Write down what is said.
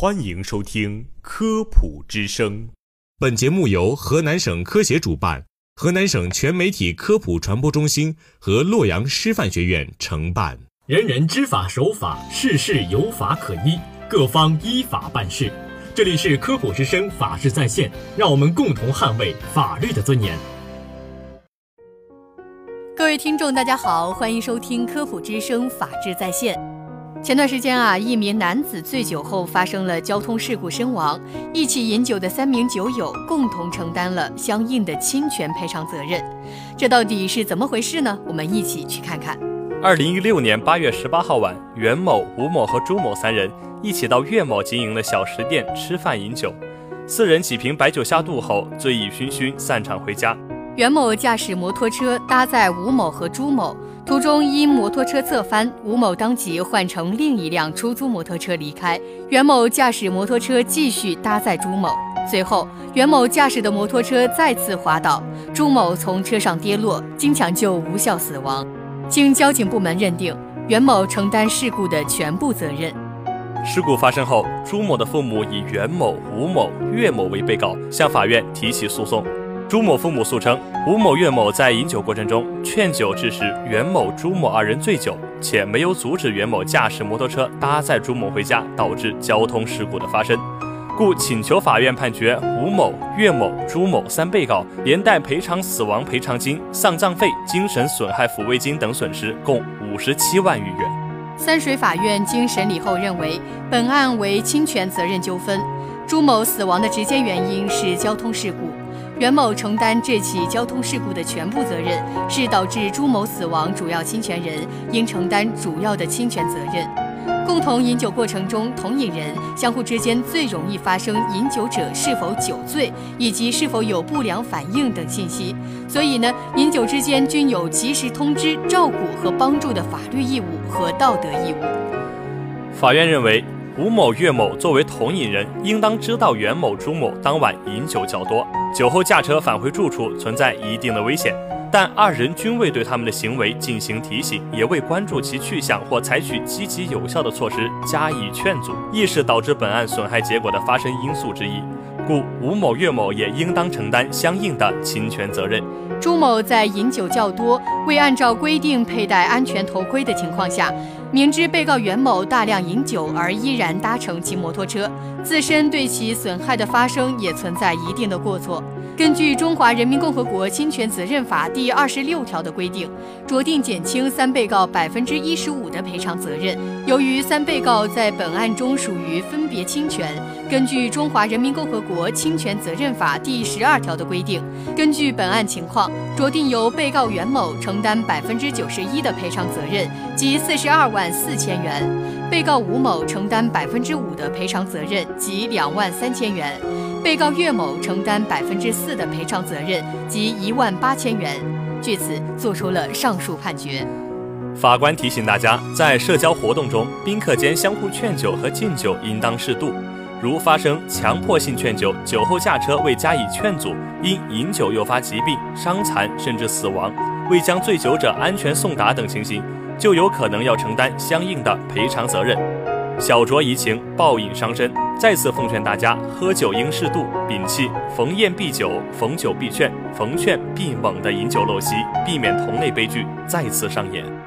欢迎收听科普之声。 本节目由河南省科协主办，河南省全媒体科普传播中心和洛阳师范学院承办。 人人知法守法，事事有法可依，各方依法办事。这里是科普之声法治在线，让我们共同捍卫法律的尊严。 各位听众大家好，欢迎收听科普之声法治在线。前段时间一名男子醉酒后发生了交通事故身亡，一起饮酒的3名酒友共同承担了相应的侵权赔偿责任。这到底是怎么回事呢？我们一起去看看。 2016年8月18号晚，袁某、吴某和朱某3人一起到岳某经营的小食店吃饭饮酒，4人几瓶白酒下肚后，醉意醺醺散场回家。 袁某驾驶摩托车搭载吴某和朱某，途中因摩托车侧翻，吴某当即换乘另一辆出租摩托车离开，袁某驾驶摩托车继续搭载朱某。随后，袁某驾驶的摩托车再次滑倒，朱某从车上跌落，经抢救无效死亡。经交警部门认定，袁某承担事故的全部责任。 事故发生后，朱某的父母以袁某、吴某、岳某为被告，向法院提起诉讼。朱某父母诉称，吴某、岳某在饮酒过程中劝酒致使袁某、朱某2人醉酒，且没有阻止袁某驾驶摩托车搭载朱某回家，导致交通事故的发生，故请求法院判决吴某、岳某、朱某3被告连带赔偿死亡赔偿金、丧葬费、精神损害抚慰金等损失共57万余元。 三水法院经审理后认为，本案为侵权责任纠纷，朱某死亡的直接原因是交通事故，袁某承担这起交通事故的全部责任，是导致朱某死亡主要侵权人，应承担主要的侵权责任。共同饮酒过程中，同饮人相互之间最容易发生饮酒者是否酒醉以及是否有不良反应等信息，所以饮酒之间均有及时通知、照顾和帮助的法律义务和道德义务。 法院认为，吴某、岳某作为同饮人，应当知道袁某、朱某当晚饮酒较多，酒后驾车返回住处存在一定的危险，但2人均未对他们的行为进行提醒，也未关注其去向或采取积极有效的措施加以劝阻，亦是导致本案损害结果的发生因素之一，故吴某、岳某也应当承担相应的侵权责任。 朱某在饮酒较多、未按照规定佩戴安全头盔的情况下，明知被告袁某大量饮酒而依然搭乘其摩托车，自身对其损害的发生也存在一定的过错。根据《中华人民共和国侵权责任法》第26条的规定，酌定减轻3被告15%的赔偿责任。由于3被告在本案中属于分别侵权，根据《中华人民共和国侵权责任法》第12条的规定，根据本案情况，酌定由被告袁某承担91%的赔偿责任，即42万4千元；被告吴某承担5%的赔偿责任，即2万3千元；被告岳某承担4%的赔偿责任，即1万8千元。据此，作出了上述判决。 法官提醒大家，在社交活动中，宾客间相互劝酒和敬酒应当适度。如发生强迫性劝酒、酒后驾车未加以劝阻，因饮酒诱发疾病、伤残甚至死亡，未将醉酒者安全送达等情形，就有可能要承担相应的赔偿责任。小酌怡情，暴饮伤身。再次奉劝大家，喝酒应适度，摒弃逢宴必酒、逢酒必劝、逢劝必猛的饮酒陋习，避免同类悲剧再次上演。